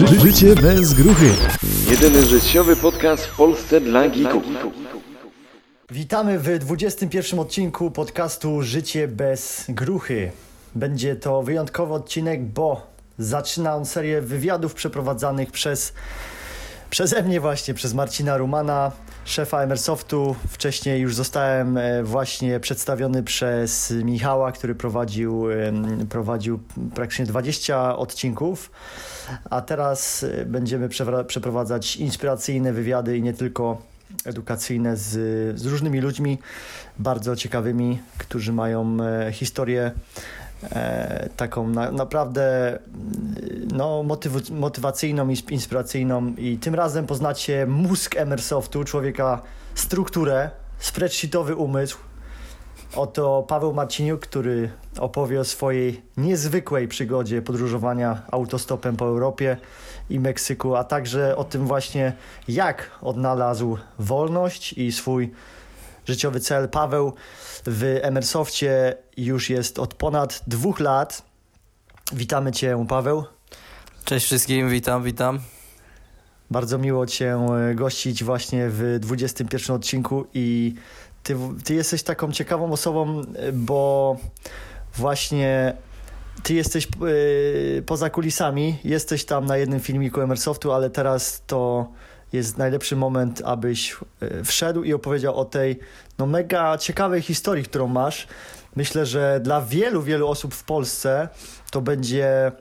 Życie bez gruchy. Jedyny życiowy podcast w Polsce dla geeków. Witamy w 21 odcinku podcastu Życie bez gruchy. Będzie to wyjątkowy odcinek, bo zaczyna on serię wywiadów przeprowadzanych przeze mnie właśnie, przez Marcina Rumana, szefa Emersoftu. Wcześniej już zostałem właśnie przedstawiony przez Michała, który prowadził praktycznie 20 odcinków, a teraz będziemy przeprowadzać inspiracyjne wywiady i nie tylko edukacyjne z różnymi ludźmi bardzo ciekawymi, którzy mają historię taką naprawdę motywacyjną i inspiracyjną, i tym razem poznacie mózg Emersoftu, człowieka, strukturę, spreadsheetowy umysł. Oto Paweł Marciniuk, który opowie o swojej niezwykłej przygodzie podróżowania autostopem po Europie i Meksyku, a także o tym właśnie, jak odnalazł wolność i swój życiowy cel. Paweł w Emersoftie już jest od ponad 2 lat. Witamy Cię, Paweł. Cześć wszystkim, witam. Bardzo miło Cię gościć właśnie w 21 odcinku i Ty jesteś taką ciekawą osobą, bo właśnie Ty jesteś poza kulisami, jesteś tam na jednym filmiku Emersoftu, ale teraz to jest najlepszy moment, abyś wszedł i opowiedział o tej mega ciekawej historii, którą masz. Myślę, że dla wielu osób w Polsce to będzie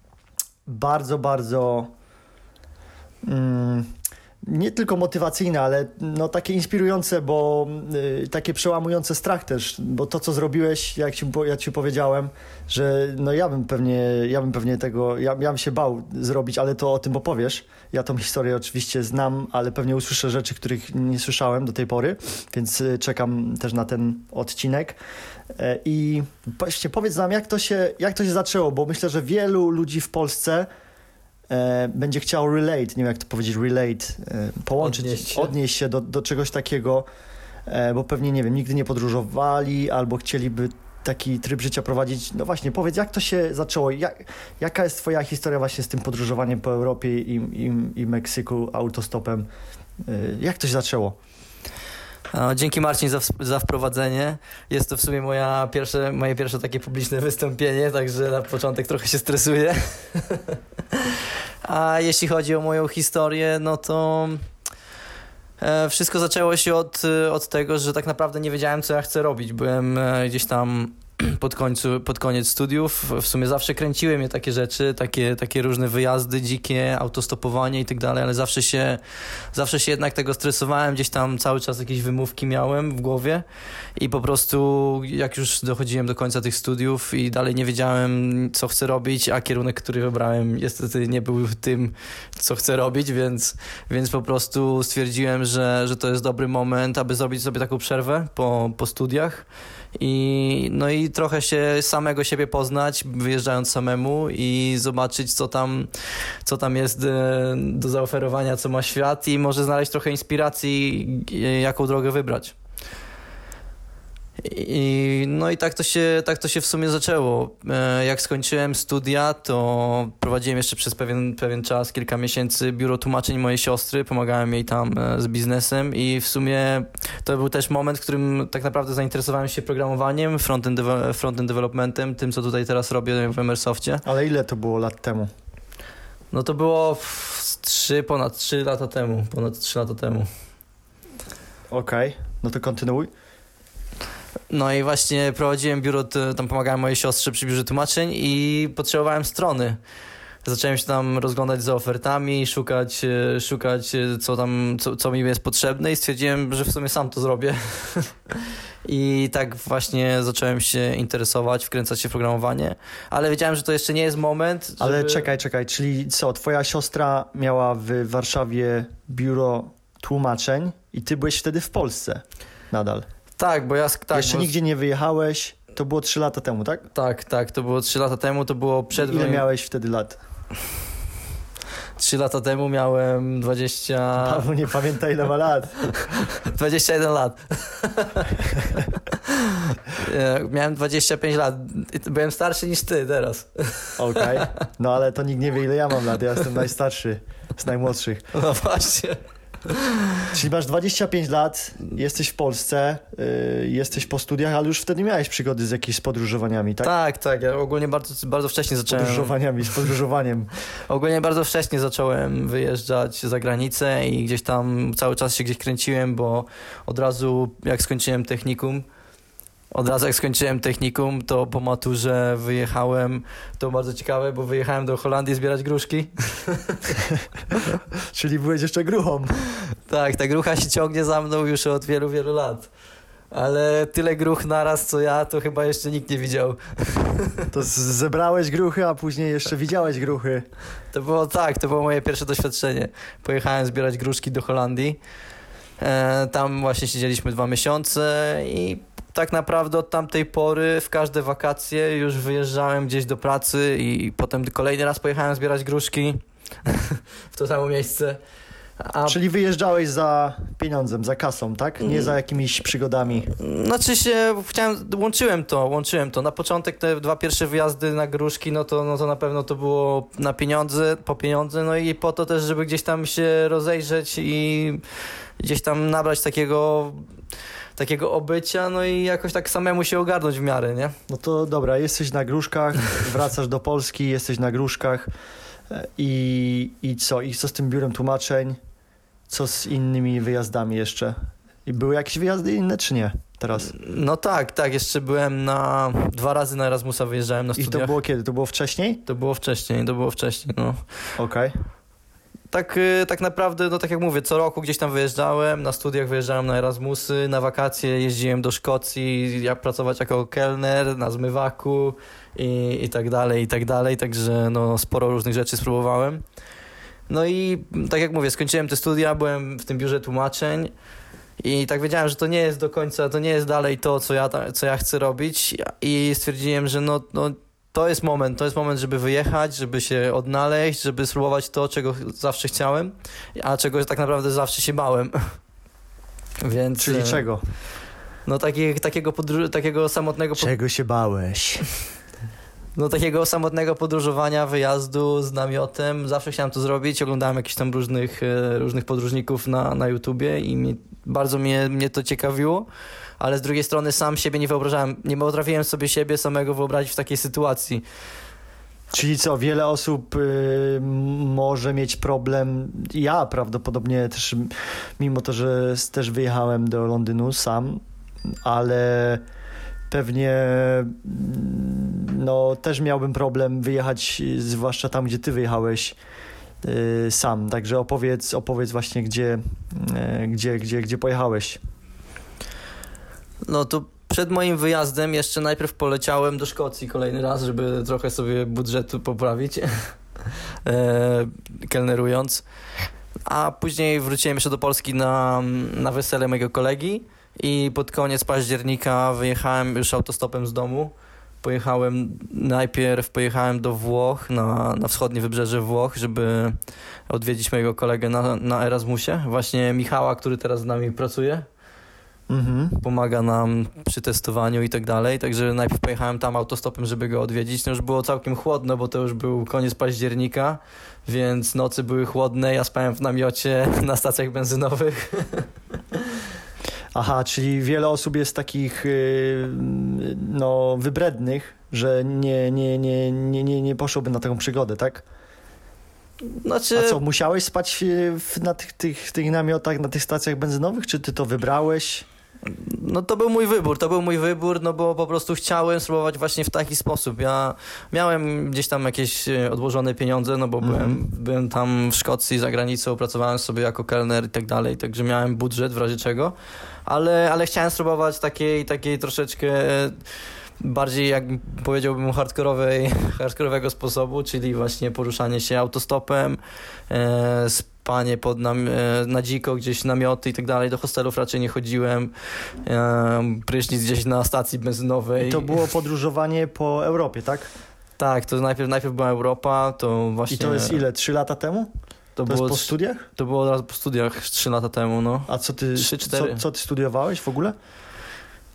bardzo nie tylko motywacyjne, ale takie inspirujące, bo takie przełamujące strach też, bo to, co zrobiłeś, jak ci powiedziałem, że ja bym pewnie tego, ja bym się bał zrobić, ale to o tym opowiesz. Ja tą historię oczywiście znam, ale pewnie usłyszę rzeczy, których nie słyszałem do tej pory, więc czekam też na ten odcinek. I właśnie powiedz nam, jak to się zaczęło, bo myślę, że wielu ludzi w Polsce będzie chciał relate, nie wiem jak to powiedzieć, połączyć, odnieść się do czegoś takiego, bo pewnie, nie wiem, nigdy nie podróżowali albo chcieliby taki tryb życia prowadzić. No właśnie, powiedz, jak to się zaczęło, jaka jest twoja historia właśnie z tym podróżowaniem po Europie i Meksyku autostopem, jak to się zaczęło? Dzięki Marcin za wprowadzenie. Jest to w sumie moje pierwsze takie publiczne wystąpienie, także na początek trochę się stresuję. A jeśli chodzi o moją historię, no to wszystko zaczęło się od tego, że tak naprawdę nie wiedziałem, co ja chcę robić. Byłem gdzieś tam pod koniec studiów. W sumie zawsze kręciły mnie takie rzeczy, takie różne wyjazdy dzikie, autostopowanie i tak dalej, ale zawsze się jednak tego stresowałem, gdzieś tam cały czas jakieś wymówki miałem w głowie i po prostu jak już dochodziłem do końca tych studiów i dalej nie wiedziałem, co chcę robić, a kierunek, który wybrałem, niestety nie był tym, co chcę robić, więc po prostu stwierdziłem, że to jest dobry moment, aby zrobić sobie taką przerwę po studiach. I trochę się samego siebie poznać, wyjeżdżając samemu i zobaczyć, co tam jest do zaoferowania, co ma świat, i może znaleźć trochę inspiracji, jaką drogę wybrać. I tak to się w sumie zaczęło. Jak skończyłem studia, to prowadziłem jeszcze przez pewien czas, kilka miesięcy, biuro tłumaczeń mojej siostry, pomagałem jej tam z biznesem i w sumie to był też moment, w którym tak naprawdę zainteresowałem się programowaniem, frontend developmentem, tym, co tutaj teraz robię w Emersoftie. Ale ile to było lat temu? No to było ponad 3 lata temu. Okej, no to kontynuuj. No i właśnie prowadziłem biuro, tam pomagałem mojej siostrze przy biurze tłumaczeń i potrzebowałem strony. Zacząłem się tam rozglądać za ofertami, szukać co mi jest potrzebne, i stwierdziłem, że w sumie sam to zrobię. I tak właśnie zacząłem się interesować, wkręcać się w programowanie, ale wiedziałem, że to jeszcze nie jest moment. Ale czekaj, czyli co, twoja siostra miała w Warszawie biuro tłumaczeń i ty byłeś wtedy w Polsce nadal? Tak, bo ja... Jeszcze nigdzie nie wyjechałeś, to było 3 lata temu, tak? Tak, to było 3 lata temu, to było przed... Ile miałeś wtedy lat? 3 lata temu miałem 20... Paweł nie pamięta, ile ma lat. 21 lat. Miałem 25 lat. Byłem starszy niż ty teraz. Okej. No ale to nikt nie wie, ile ja mam lat. Ja jestem najstarszy z najmłodszych. No właśnie. Czyli masz 25 lat, jesteś w Polsce, jesteś po studiach, ale już wtedy miałeś przygody z jakimiś podróżowaniami, tak? Tak. Ja ogólnie bardzo wcześnie zacząłem. Z podróżowaniem. Ogólnie bardzo wcześnie zacząłem wyjeżdżać za granicę i gdzieś tam cały czas się gdzieś kręciłem, bo od razu jak skończyłem technikum, to po maturze wyjechałem, to bardzo ciekawe, bo wyjechałem do Holandii zbierać gruszki. Czyli byłeś jeszcze gruchą. Tak, ta grucha się ciągnie za mną już od wielu, wielu lat. Ale tyle gruch naraz co ja, to chyba jeszcze nikt nie widział. To zebrałeś gruchy, a później jeszcze widziałeś gruchy. To było moje pierwsze doświadczenie. Pojechałem zbierać gruszki do Holandii. Tam właśnie siedzieliśmy 2 miesiące i tak naprawdę od tamtej pory w każde wakacje już wyjeżdżałem gdzieś do pracy i potem kolejny raz pojechałem zbierać gruszki w to samo miejsce. Czyli wyjeżdżałeś za pieniądzem, za kasą, tak? Nie za jakimiś przygodami. Znaczy łączyłem to. Na początek te 2 pierwsze wyjazdy na gruszki, no to na pewno to było na po pieniądze, no i po to też, żeby gdzieś tam się rozejrzeć i gdzieś tam nabrać takiego obycia, no i jakoś tak samemu się ogarnąć w miarę, nie? No to dobra, jesteś na gruszkach, wracasz do Polski, jesteś na gruszkach i co? I co z tym biurem tłumaczeń? Co z innymi wyjazdami jeszcze? I były jakieś wyjazdy inne, czy nie? Teraz? No tak, jeszcze byłem 2 razy na Erasmusa wyjeżdżałem na studiach. I to było kiedy? To było wcześniej? To było wcześniej, no. Okej. Tak naprawdę, no tak jak mówię, co roku gdzieś tam wyjeżdżałem, na studiach wyjeżdżałem na Erasmusy, na wakacje jeździłem do Szkocji, jak pracować jako kelner, na zmywaku i tak dalej, także no sporo różnych rzeczy spróbowałem. No i tak jak mówię, skończyłem te studia, byłem w tym biurze tłumaczeń i tak wiedziałem, że to nie jest do końca, to nie jest dalej to, co ja chcę robić i stwierdziłem, że no to jest moment, żeby wyjechać, żeby się odnaleźć, żeby spróbować to, czego zawsze chciałem, a czego tak naprawdę zawsze się bałem. Więc, Czyli czego? No takiego samotnego... Czego się bałeś? No takiego samotnego podróżowania, wyjazdu z namiotem. Zawsze chciałem to zrobić. Oglądałem jakichś tam różnych podróżników na YouTubie i bardzo mnie to ciekawiło. Ale z drugiej strony sam siebie nie wyobrażałem, nie potrafiłem sobie siebie samego wyobrazić w takiej sytuacji. Czyli co, wiele osób może mieć problem, ja prawdopodobnie też, mimo to, że też wyjechałem do Londynu sam, ale pewnie no też miałbym problem wyjechać, zwłaszcza tam, gdzie ty wyjechałeś sam. Także opowiedz właśnie, gdzie pojechałeś. No to przed moim wyjazdem jeszcze najpierw poleciałem do Szkocji kolejny raz, żeby trochę sobie budżetu poprawić, kelnerując. A później wróciłem jeszcze do Polski na wesele mojego kolegi i pod koniec października wyjechałem już autostopem z domu. Najpierw pojechałem do Włoch, na wschodnie wybrzeże Włoch, żeby odwiedzić mojego kolegę na Erasmusie, właśnie Michała, który teraz z nami pracuje. Pomaga nam przy testowaniu i tak dalej, także najpierw pojechałem tam autostopem, żeby go odwiedzić. No już było całkiem chłodno, bo to już był koniec października, więc nocy były chłodne, ja spałem w namiocie na stacjach benzynowych. Aha, czyli wiele osób jest takich no wybrednych, że nie poszłoby na taką przygodę, tak? Znaczy... A co, musiałeś spać na tych namiotach, na tych stacjach benzynowych, czy ty to wybrałeś? No to był mój wybór, no bo po prostu chciałem spróbować właśnie w taki sposób. Ja miałem gdzieś tam jakieś odłożone pieniądze, no bo byłem tam w Szkocji, za granicą, pracowałem sobie jako kelner i tak dalej, także miałem budżet w razie czego, ale chciałem spróbować takiej troszeczkę bardziej, jak powiedziałbym, hardkorowego sposobu, czyli właśnie poruszanie się autostopem, spanie na dziko, gdzieś namioty i tak dalej. Do hostelów raczej nie chodziłem. Prysznic gdzieś na stacji benzynowej. I to było podróżowanie po Europie, tak? Tak, to najpierw była Europa, to właśnie... I to jest ile? 3 lata temu? To było jest po studiach? To było od razu po studiach 3 lata temu, no. A co ty, 3-4. co ty studiowałeś w ogóle?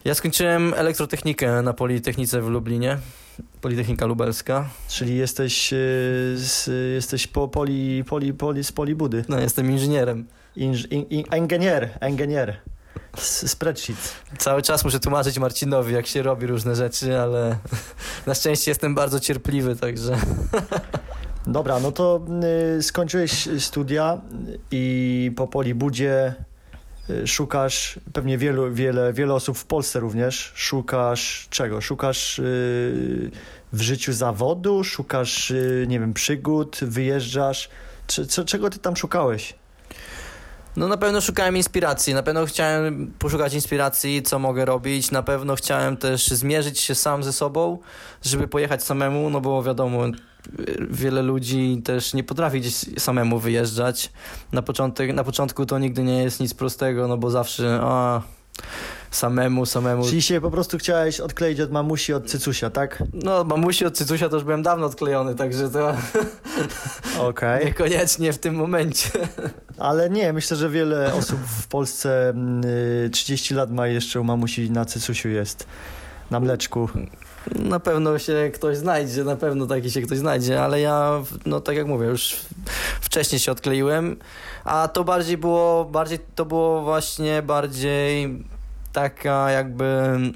Ja skończyłem elektrotechnikę na Politechnice w Lublinie, Politechnika Lubelska. Czyli jesteś z Polibudy. No, jestem inżynierem. Ingenier. Spreadsheet. Cały czas muszę tłumaczyć Marcinowi, jak się robi różne rzeczy, ale na szczęście jestem bardzo cierpliwy, także... Dobra, no to skończyłeś studia i po Polibudzie szukasz, pewnie wiele osób w Polsce również, szukasz czego? Szukasz w życiu zawodu, szukasz, nie wiem, przygód, wyjeżdżasz. Czego ty tam szukałeś? No na pewno szukałem inspiracji, na pewno chciałem poszukać inspiracji, co mogę robić, na pewno chciałem też zmierzyć się sam ze sobą, żeby pojechać samemu, no bo wiadomo, wiele ludzi też nie potrafi gdzieś samemu wyjeżdżać. Na początku to nigdy nie jest nic prostego, no bo zawsze samemu. Czyli się po prostu chciałeś odkleić od mamusi, od cycusia, tak? No mamusi od cycusia to już byłem dawno odklejony, także to Okej. niekoniecznie w tym momencie. Ale nie, myślę, że wiele osób w Polsce 30 lat ma jeszcze u mamusi na cycusiu jest, na mleczku. Na pewno się ktoś znajdzie, na pewno taki się ktoś znajdzie, ale ja, no tak jak mówię, już wcześniej się odkleiłem, a to to było właśnie bardziej taka jakby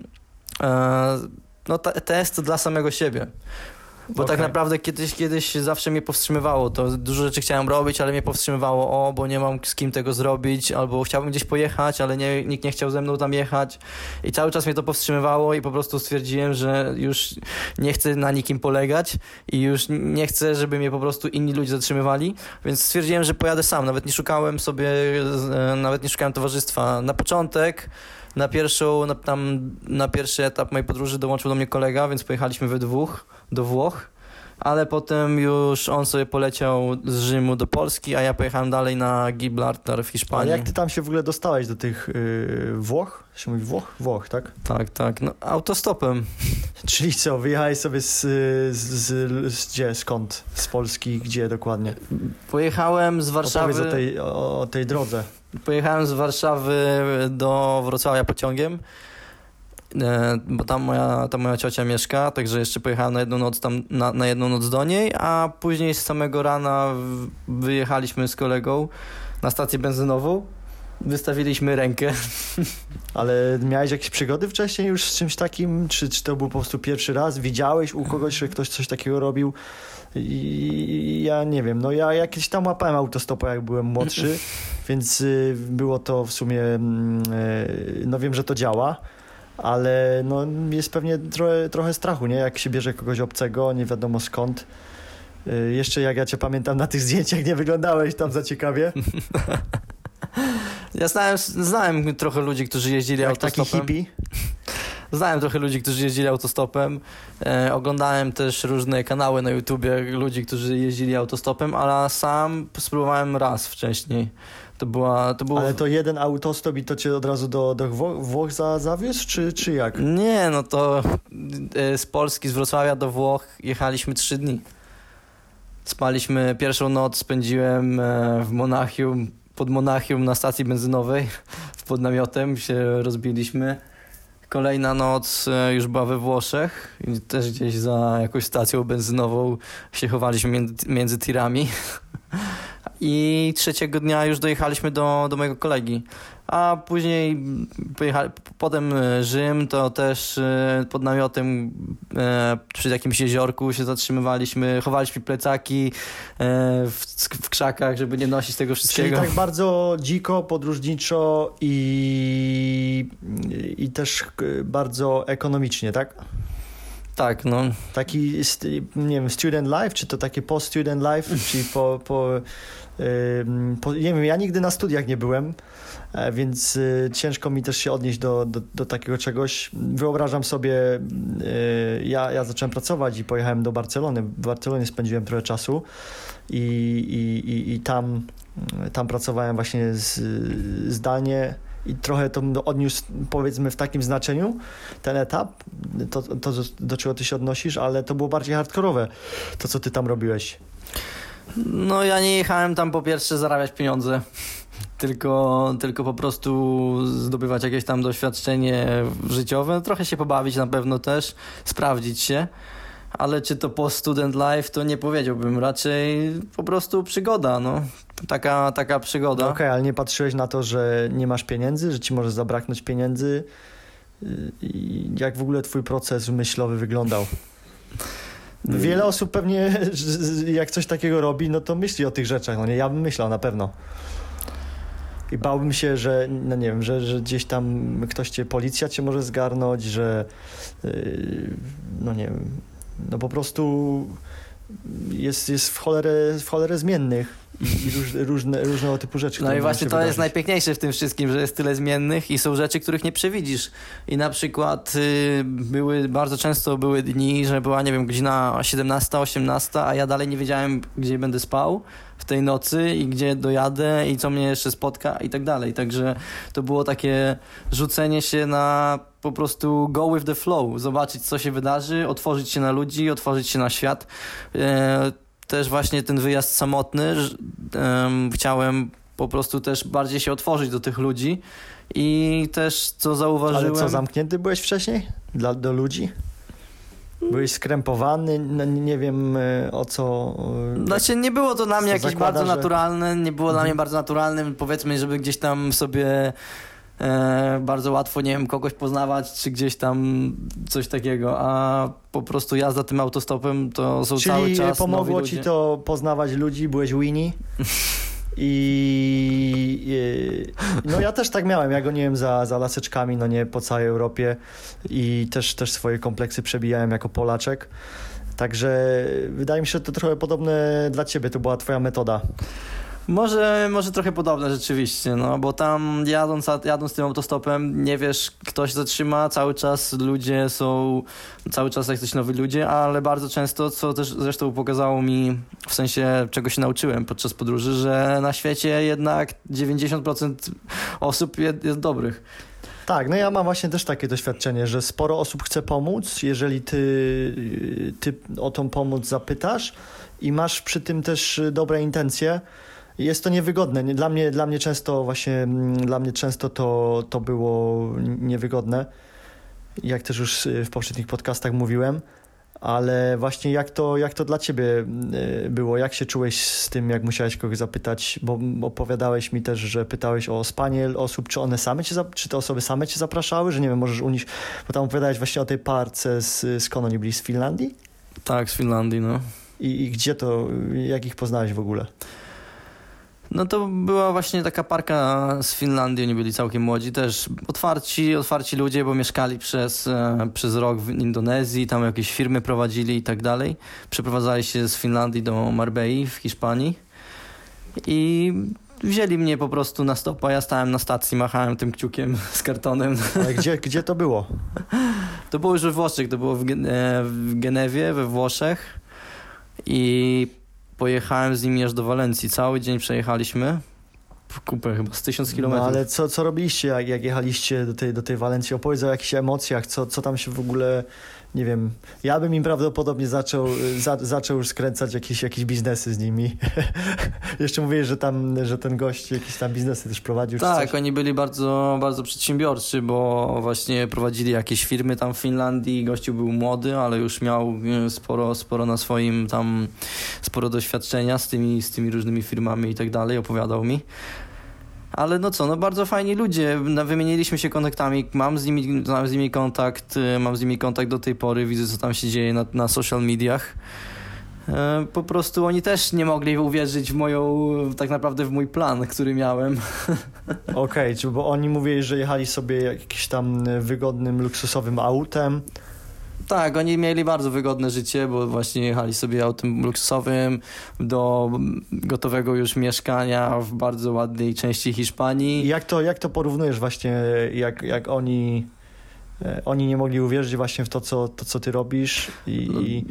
test dla samego siebie. Bo tak naprawdę kiedyś zawsze mnie powstrzymywało. To dużo rzeczy chciałem robić, ale mnie powstrzymywało, bo nie mam z kim tego zrobić, albo chciałbym gdzieś pojechać, ale nikt nie chciał ze mną tam jechać. I cały czas mnie to powstrzymywało i po prostu stwierdziłem, że już nie chcę na nikim polegać i już nie chcę, żeby mnie po prostu inni ludzie zatrzymywali, więc stwierdziłem, że pojadę sam. Nawet nie szukałem towarzystwa. Na początek na pierwszy etap mojej podróży dołączył do mnie kolega, więc pojechaliśmy we dwóch do Włoch, ale potem już on sobie poleciał z Rzymu do Polski, a ja pojechałem dalej na Gibraltar w Hiszpanii. A jak ty tam się w ogóle dostałeś do tych Włoch? Się mówi Włoch? Włoch, tak? Tak, no autostopem. Czyli co, wyjechałeś sobie skąd? Z Polski, gdzie dokładnie? Pojechałem z Warszawy... Opowiedz o tej drodze. Pojechałem z Warszawy do Wrocławia pociągiem, bo tam moja ciocia mieszka, także jeszcze pojechałem na jedną noc na jedną noc do niej, a później z samego rana wyjechaliśmy z kolegą na stację benzynową, wystawiliśmy rękę. Ale miałeś jakieś przygody wcześniej już z czymś takim? Czy to był po prostu pierwszy raz? Widziałeś u kogoś, że ktoś coś takiego robił? I ja nie wiem, no ja jakieś tam łapałem autostopa, jak byłem młodszy, więc było to w sumie, no wiem, że to działa, ale no jest pewnie trochę strachu, nie? Jak się bierze kogoś obcego, nie wiadomo skąd. Jeszcze jak ja cię pamiętam na tych zdjęciach, nie wyglądałeś tam za ciekawie. Ja znałem trochę ludzi, którzy jeździli jak autostopem. Taki hippie. Znałem trochę ludzi, którzy jeździli autostopem. Oglądałem też różne kanały na YouTubie ludzi, którzy jeździli autostopem, ale sam spróbowałem raz wcześniej. Ale to jeden autostop i to cię od razu do Włoch zawiózł, czy jak? Nie, no to z Polski, z Wrocławia do Włoch jechaliśmy 3 dni. Pierwszą noc spędziłem w Monachium, pod Monachium na stacji benzynowej, pod namiotem się rozbiliśmy. Kolejna noc już była we Włoszech, też gdzieś za jakąś stacją benzynową się chowaliśmy między tirami. I trzeciego dnia już dojechaliśmy do mojego kolegi. A później potem Rzym, to też pod namiotem przy jakimś jeziorku się zatrzymywaliśmy, chowaliśmy plecaki w krzakach, żeby nie nosić tego wszystkiego. Czyli tak bardzo dziko, podróżniczo i też bardzo ekonomicznie, tak? Tak, no. Taki, nie wiem, student life, czy to takie post-student life, czyli nie wiem, ja nigdy na studiach nie byłem, więc ciężko mi też się odnieść do takiego czegoś. Wyobrażam sobie, ja zacząłem pracować i pojechałem do Barcelony. W Barcelonie spędziłem trochę czasu i tam pracowałem właśnie zdalnie. I trochę to odniósł, powiedzmy, w takim znaczeniu ten etap, to do czego ty się odnosisz, ale to było bardziej hardkorowe, to co ty tam robiłeś. No ja nie jechałem tam po pierwsze zarabiać pieniądze. tylko po prostu zdobywać jakieś tam doświadczenie życiowe, trochę się pobawić na pewno też, sprawdzić się, ale czy to post-student life, to nie powiedziałbym, raczej po prostu przygoda, no. Taka przygoda. Okej, ale nie patrzyłeś na to, że nie masz pieniędzy, że ci może zabraknąć pieniędzy? I jak w ogóle twój proces myślowy wyglądał? Wiele osób pewnie, jak coś takiego robi, no to myśli o tych rzeczach, no nie? Ja bym myślał na pewno. I bałbym się, że, no nie wiem, że gdzieś tam policja cię może zgarnąć, że no nie wiem, no po prostu jest w cholerę zmiennych i różnego typu rzeczy. No które i mogą właśnie się to wydarzyć. jest najpiękniejsze w tym wszystkim, że jest tyle zmiennych i są rzeczy, których nie przewidzisz. I na przykład bardzo często były dni, że była, nie wiem, godzina 17, 18, a ja dalej nie wiedziałem, gdzie będę spał w tej nocy i gdzie dojadę i co mnie jeszcze spotka i tak dalej. Także to było takie rzucenie się na po prostu go with the flow, zobaczyć, co się wydarzy, otworzyć się na ludzi, otworzyć się na świat. Też właśnie ten wyjazd samotny, chciałem po prostu też bardziej się otworzyć do tych ludzi i też co zauważyłem... Ale co, zamknięty byłeś wcześniej? Do ludzi? Byłeś skrępowany? No, nie wiem o co... Znaczy nie było to dla mnie jakieś zakłada, bardzo że... naturalne, nie było dla mnie bardzo naturalnym, powiedzmy, żeby gdzieś tam sobie bardzo łatwo, nie wiem, kogoś poznawać, czy gdzieś tam coś takiego, a po prostu jazda tym autostopem to są Czyli cały czas pomogło nowi ci ludzie. to poznawać ludzi, byłeś Winnie no ja też tak miałem, ja goniłem za laseczkami, no nie, po całej Europie i też swoje kompleksy przebijałem jako Polaczek, także wydaje mi się, że to trochę podobne dla ciebie, to była twoja metoda. Może trochę podobne rzeczywiście, no bo tam jadąc tym autostopem nie wiesz, kto się zatrzyma, cały czas ludzie są, cały czas jacyś nowi ludzie, ale bardzo często, co też zresztą pokazało mi, w sensie czego się nauczyłem podczas podróży, że na świecie jednak 90% osób jest dobrych. Tak, no ja mam właśnie też takie doświadczenie, że sporo osób chce pomóc, jeżeli ty o tą pomoc zapytasz i masz przy tym też dobre intencje. Jest to niewygodne. Dla mnie często to było niewygodne, jak też już w poprzednich podcastach mówiłem, ale właśnie jak to dla ciebie było? Jak się czułeś z tym, jak musiałeś kogoś zapytać? Bo opowiadałeś mi też, że pytałeś o spanie osób, czy te osoby same cię zapraszały, że nie wiem, możesz u nich, bo tam opowiadałeś właśnie o tej parce, skąd oni byli, z Finlandii? Tak, z Finlandii, no. I gdzie to, jak ich poznałeś w ogóle? No to była właśnie taka parka z Finlandii, oni byli całkiem młodzi, też otwarci ludzie, bo mieszkali przez rok w Indonezji, tam jakieś firmy prowadzili i tak dalej. Przeprowadzali się z Finlandii do Marbei w Hiszpanii i wzięli mnie po prostu na stopa. Ja stałem na stacji, machałem tym kciukiem z kartonem. Ale gdzie to było? To było już we Włoszech, to było w Genewie, we Włoszech i pojechałem z nimi aż do Walencji. Cały dzień przejechaliśmy. W kupę chyba z 1000 kilometrów. No ale co robiliście, jak jechaliście do tej Walencji? Opowiedz o jakichś emocjach, co tam się w ogóle, nie wiem, ja bym im prawdopodobnie zaczął już skręcać jakieś biznesy z nimi. Jeszcze mówiłeś, że ten gość jakieś tam biznesy też prowadził. Tak, oni byli bardzo, bardzo przedsiębiorczy, bo właśnie prowadzili jakieś firmy tam w Finlandii. Gościu był młody, ale już miał sporo na swoim tam, sporo doświadczenia z tymi różnymi firmami i tak dalej, opowiadał mi. Ale bardzo fajni ludzie, wymieniliśmy się kontaktami, mam z nimi kontakt do tej pory, widzę co tam się dzieje na social mediach. Po prostu oni też nie mogli uwierzyć tak naprawdę w mój plan, który miałem. Okej, bo oni mówili, że jechali sobie jakimś tam wygodnym, luksusowym autem. Tak, oni mieli bardzo wygodne życie, bo właśnie jechali sobie autem luksusowym do gotowego już mieszkania w bardzo ładnej części Hiszpanii. I jak to porównujesz właśnie, jak oni nie mogli uwierzyć właśnie w to, co ty robisz i...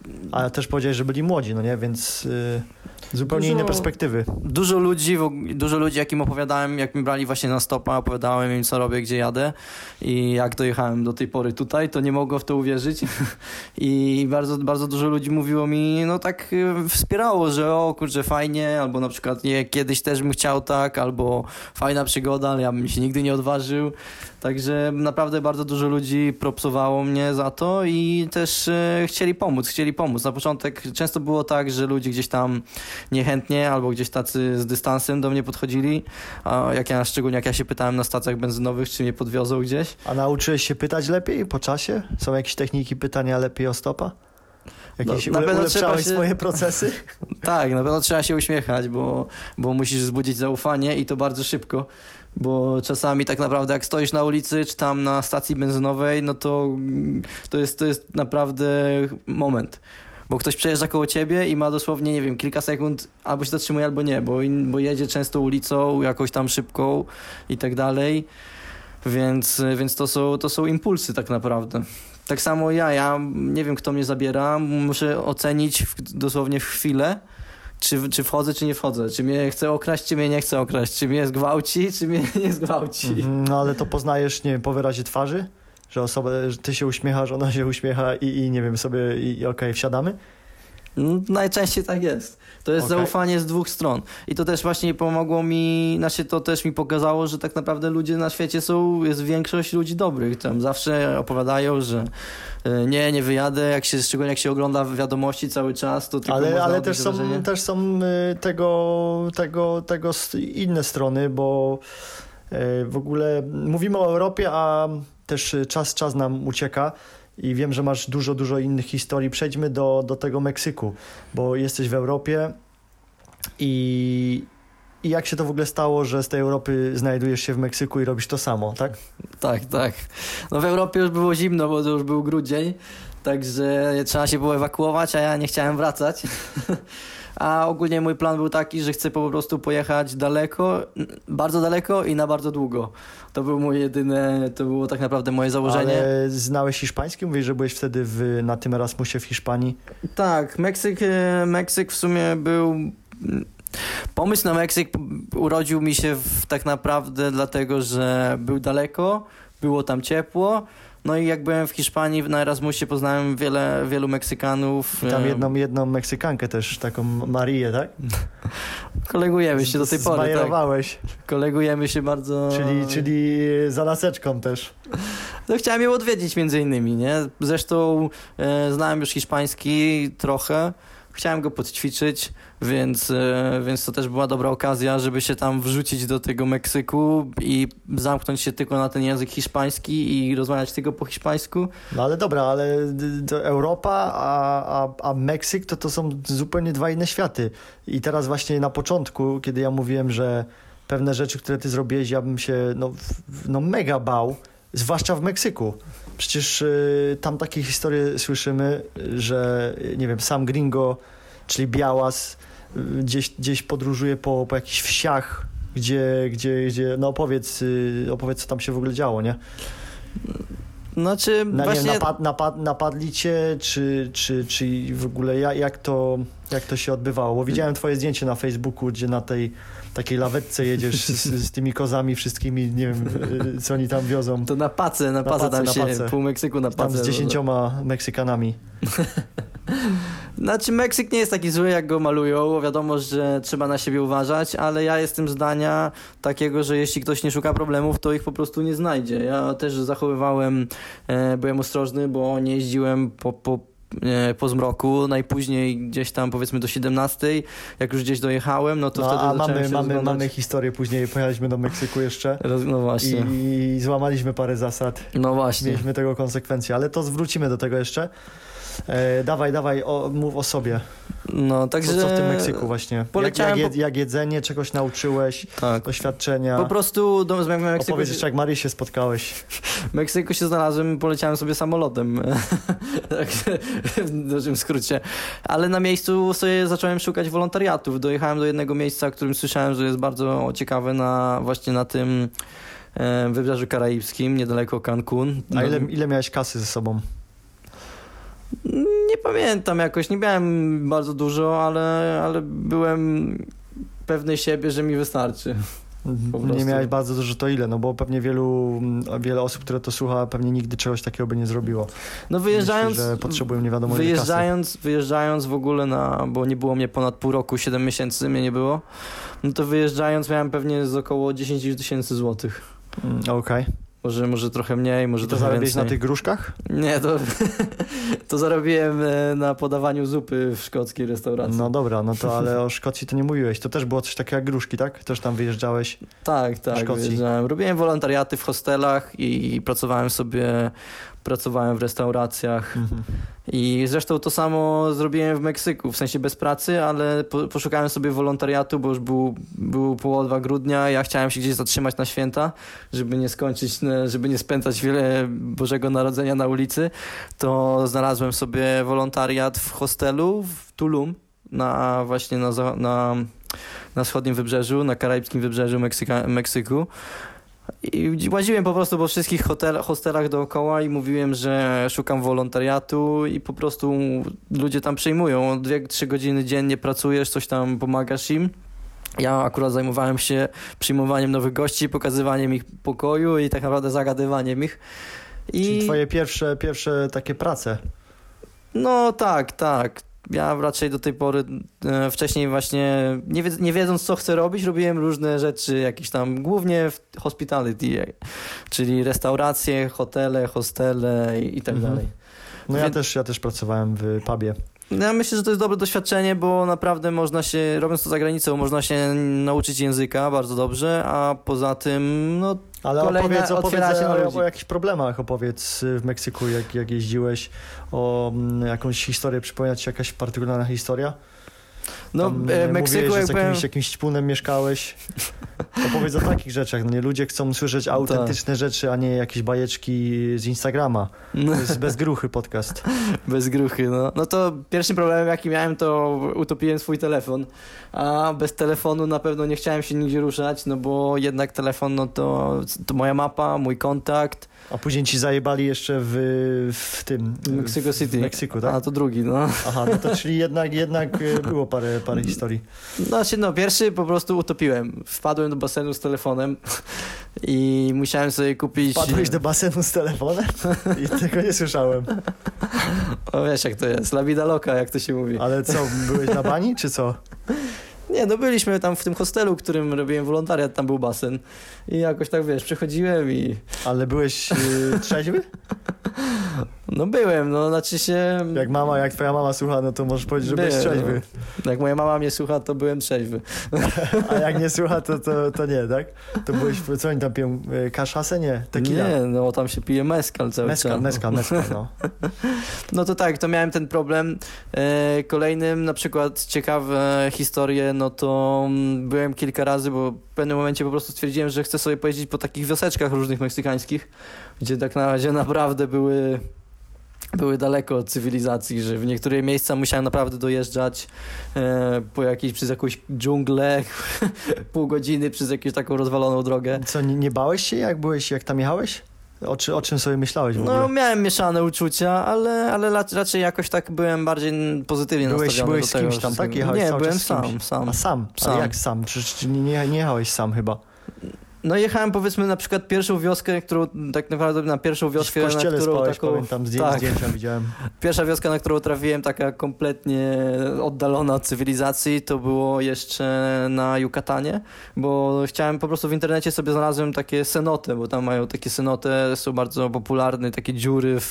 A też powiedziałeś, że byli młodzi, no nie? Więc zupełnie inne perspektywy. Dużo ludzi, jakim opowiadałem, jak mi brali właśnie na stopa, opowiadałem im, co robię, gdzie jadę i jak dojechałem do tej pory tutaj, to nie mogło w to uwierzyć. I bardzo, bardzo dużo ludzi mówiło mi, no tak wspierało, że o kurczę, fajnie, albo na przykład nie, kiedyś też bym chciał tak, albo fajna przygoda, ale ja bym się nigdy nie odważył. Także naprawdę bardzo dużo ludzi propsowało mnie za to i też chcieli pomóc. Na początek często było tak, że ludzie gdzieś tam niechętnie albo gdzieś tacy z dystansem do mnie podchodzili, a szczególnie jak ja się pytałem na stacjach benzynowych, czy mnie podwiozą gdzieś. A nauczyłeś się pytać lepiej po czasie? Są jakieś techniki pytania lepiej o stopa? Jakieś Na pewno ulepszałeś swoje procesy? Tak, na pewno trzeba się uśmiechać, bo musisz wzbudzić zaufanie i to bardzo szybko. Bo czasami tak naprawdę jak stoisz na ulicy czy tam na stacji benzynowej, no to jest naprawdę moment. Bo ktoś przejeżdża koło ciebie i ma dosłownie, nie wiem, kilka sekund, albo się zatrzymuje, albo nie, bo jedzie często ulicą jakąś tam szybką i tak dalej. Więc to są impulsy tak naprawdę. Tak samo ja nie wiem, kto mnie zabiera, muszę ocenić dosłownie w chwilę, czy wchodzę, czy nie wchodzę, czy mnie chce okraść, czy mnie nie chce okraść, czy mnie zgwałci, czy mnie nie zgwałci. No ale to poznajesz, nie wiem, po wyrazie twarzy? Że że ty się uśmiechasz, ona się uśmiecha i nie wiem, sobie okej, wsiadamy? Najczęściej tak jest. To jest zaufanie z dwóch stron. I to też właśnie pomogło mi, to też mi pokazało, że tak naprawdę ludzie na świecie jest większość ludzi dobrych. Tam zawsze opowiadają, że nie wyjadę, szczególnie jak się ogląda wiadomości cały czas, to tylko ale też są tego inne strony, bo w ogóle mówimy o Europie, a też czas nam ucieka. I wiem, że masz dużo innych historii. Przejdźmy do tego Meksyku, bo jesteś w Europie i jak się to w ogóle stało, że z tej Europy znajdujesz się w Meksyku i robisz to samo, tak? Tak. No w Europie już było zimno, bo to już był grudzień, także trzeba się było ewakuować, a ja nie chciałem wracać. A ogólnie mój plan był taki, że chcę po prostu pojechać daleko, bardzo daleko i na bardzo długo. To było tak naprawdę moje założenie. Ale znałeś hiszpański? Mówisz, że byłeś wtedy na tym Erasmusie w Hiszpanii? Tak, Meksyk w sumie był... Pomysł na Meksyk urodził mi się tak naprawdę dlatego, że był daleko, było tam ciepło. No i jak byłem w Hiszpanii na Erasmusie, poznałem wielu Meksykanów. I tam jedną Meksykankę też, taką Marię, tak? Kolegujemy się do tej pory. Zbajerowałeś. Tak. Kolegujemy się bardzo... Czyli za laseczką też. No chciałem ją odwiedzić między innymi, nie? Zresztą znałem już hiszpański trochę. Chciałem go podćwiczyć, więc to też była dobra okazja, żeby się tam wrzucić do tego Meksyku i zamknąć się tylko na ten język hiszpański i rozmawiać tylko po hiszpańsku. No ale dobra, ale to Europa, a Meksyk to są zupełnie dwa inne światy. I teraz właśnie na początku, kiedy ja mówiłem, że pewne rzeczy, które ty zrobiłeś, ja bym się mega bał, zwłaszcza w Meksyku. Przecież tam takie historie słyszymy, że nie wiem, sam gringo, czyli białas, gdzieś podróżuje po jakichś wsiach, gdzie no opowiedz, co tam się w ogóle działo, nie? Znaczy właśnie... napadli cię, czy w ogóle jak to się odbywało? Bo widziałem twoje zdjęcie na Facebooku, gdzie na tej takiej lawetce jedziesz z tymi kozami wszystkimi, nie wiem, co oni tam wiozą. To na pacę tam się pół Meksyku na pacę. Tam z 10 Meksykanami. Znaczy Meksyk nie jest taki zły, jak go malują. Wiadomo, że trzeba na siebie uważać, ale ja jestem zdania takiego, że jeśli ktoś nie szuka problemów, to ich po prostu nie znajdzie. Ja też byłem ostrożny, bo nie jeździłem po zmroku, najpóźniej gdzieś tam powiedzmy do 17, jak już gdzieś dojechałem, no to wtedy zacząłem się rozglądać. Mamy historię później, pojechaliśmy do Meksyku jeszcze no właśnie. I złamaliśmy parę zasad. No właśnie. Mieliśmy tego konsekwencje, ale to wrócimy do tego jeszcze. Dawaj, mów o sobie. No, także... Co w tym Meksyku właśnie? Jak jedzenie, czegoś nauczyłeś, tak. Doświadczenia. Po prostu w Meksyku... Opowiedz jeszcze, jak Marii się spotkałeś. W Meksyku się znalazłem, poleciałem sobie samolotem. Tak, w dużym skrócie. Ale na miejscu sobie zacząłem szukać wolontariatów. Dojechałem do jednego miejsca, o którym słyszałem, że jest bardzo ciekawe właśnie na tym wybrzeżu karaibskim, niedaleko Cancun. A ile miałeś kasy ze sobą? Nie pamiętam jakoś, nie miałem bardzo dużo, ale byłem pewny siebie, że mi wystarczy. Po Nie prostu. miałeś bardzo dużo, to ile? No bo pewnie wiele osób, które to słucha, pewnie nigdy czegoś takiego by nie zrobiło. No wyjeżdżając, Myśli, że potrzebują nie wiadomo ile kasy. wyjeżdżając w ogóle bo nie było mnie ponad pół roku, 7 miesięcy mnie nie było, no to wyjeżdżając miałem pewnie z około 10 tysięcy złotych. Okej. Może trochę mniej, może I to trochę zarobiłeś więcej. na tych gruszkach? Nie, to zarobiłem na podawaniu zupy w szkockiej restauracji. No dobra, no to ale o Szkocji to nie mówiłeś. To też było coś takiego jak gruszki, tak? Też tam wyjeżdżałeś. Tak, Szkocji. wyjeżdżałem. Robiłem wolontariaty w hostelach i pracowałem w restauracjach. I zresztą to samo zrobiłem w Meksyku, w sensie bez pracy, ale poszukałem sobie wolontariatu, bo już był połowa grudnia, ja chciałem się gdzieś zatrzymać na święta, żeby nie spędzać wiele Bożego Narodzenia na ulicy, to znalazłem sobie wolontariat w hostelu w Tulum, właśnie na wschodnim wybrzeżu, na karaibskim wybrzeżu Meksyku. I łaziłem po prostu po wszystkich hostelach dookoła i mówiłem, że szukam wolontariatu i po prostu ludzie tam przyjmują. 2-3 godziny dziennie pracujesz, coś tam pomagasz im. Ja akurat zajmowałem się przyjmowaniem nowych gości, pokazywaniem ich pokoju i tak naprawdę zagadywaniem ich. Czyli twoje pierwsze takie prace. No tak. Ja raczej do tej pory wcześniej właśnie nie wiedząc co chcę robić, robiłem różne rzeczy, jakieś tam głównie w hospitality, czyli restauracje, hotele, hostele i tak dalej. No ja też pracowałem w pubie. Ja myślę, że to jest dobre doświadczenie, bo naprawdę można się, robiąc to za granicą, można się nauczyć języka bardzo dobrze, a poza tym, no ale kolejne opowiedz się na ludzi. o jakichś problemach, opowiedz w Meksyku, jak jeździłeś, o jakąś historię, przypomina ci się jakaś partykularna historia? No, w Meksyku mówiłeś, że jakby... z jakimś ćpunem mieszkałeś. Opowiedz o takich rzeczach. No nie, ludzie chcą słyszeć autentyczne rzeczy, a nie jakieś bajeczki z Instagrama. To jest bez gruchy podcast. Bez gruchy, no. No to pierwszym problemem, jaki miałem, to utopiłem swój telefon. A bez telefonu na pewno nie chciałem się nigdzie ruszać, no bo jednak telefon, no to moja mapa, mój kontakt. A później ci zajebali jeszcze w tym... Mexico City. W Meksyku, tak? A to drugi, no. Aha, no to czyli jednak było parę historii. Znaczy, pierwszy po prostu utopiłem. Wpadłem do basenu z telefonem i musiałem sobie kupić... Wpadłeś do basenu z telefonem? I tego nie słyszałem. O, wiesz jak to jest, la vida loca, jak to się mówi. Ale co, byłeś na bani, czy co? Nie, no byliśmy tam w tym hostelu, w którym robiłem wolontariat, tam był basen i jakoś tak, wiesz, przychodziłem i... Ale byłeś trzeźwy? No byłem, no znaczy się... Jak twoja mama słucha, no to możesz powiedzieć, że byłeś trzeźwy. No. Jak moja mama mnie słucha, to byłem trzeźwy. A jak nie słucha, to nie, tak? To byłeś, co oni tam piją? Kaszasę? Nie, tequila. Nie, no tam się pije mezcal cały czas. Mezcal, no. No to tak, to miałem ten problem. Kolejnym na przykład ciekawe historie, no to byłem kilka razy, bo w pewnym momencie po prostu stwierdziłem, że chcę sobie pojeździć po takich wioseczkach różnych meksykańskich, gdzie tak na razie naprawdę były daleko od cywilizacji, że w niektóre miejsca musiałem naprawdę dojeżdżać przez jakąś dżunglę, pół godziny przez jakąś taką rozwaloną drogę. Co, nie bałeś się, jak tam jechałeś? O czym sobie myślałeś w ogóle? No miałem mieszane uczucia, ale raczej jakoś tak byłem bardziej pozytywnie nastawiony Byłeś do z tego. kimś tam, tak? Jechałeś Nie, cały byłem czas z kimś? sam. A sam? Ale jak sam? Przecież nie jechałeś sam chyba. No jechałem powiedzmy na przykład pierwszą wioskę, którą tak naprawdę na pierwszą wioskę, w kościele na którą spałeś, taką... pamiętam, zdjęcia widziałem. Pierwsza wioska, na którą trafiłem, taka kompletnie oddalona od cywilizacji, to było jeszcze na Yucatanie, bo chciałem po prostu w internecie sobie znalazłem takie cenote, bo tam mają takie cenote, są bardzo popularne, takie dziury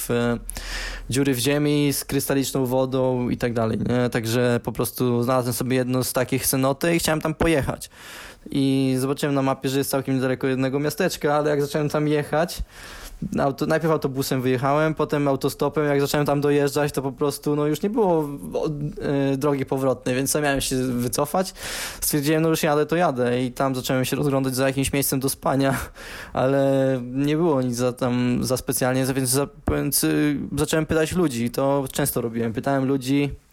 w ziemi z krystaliczną wodą i tak dalej, nie? Także po prostu znalazłem sobie jedno z takich cenote i chciałem tam pojechać. I zobaczyłem na mapie, że jest całkiem niedaleko jednego miasteczka, ale jak zacząłem tam jechać, najpierw autobusem wyjechałem, potem autostopem, jak zacząłem tam dojeżdżać, to po prostu już nie było drogi powrotnej, więc sam miałem się wycofać. Stwierdziłem, już jadę, to jadę i tam zacząłem się rozglądać za jakimś miejscem do spania, ale nie było nic za specjalnie, więc zacząłem pytać ludzi. To często robiłem. Pytałem ludzi,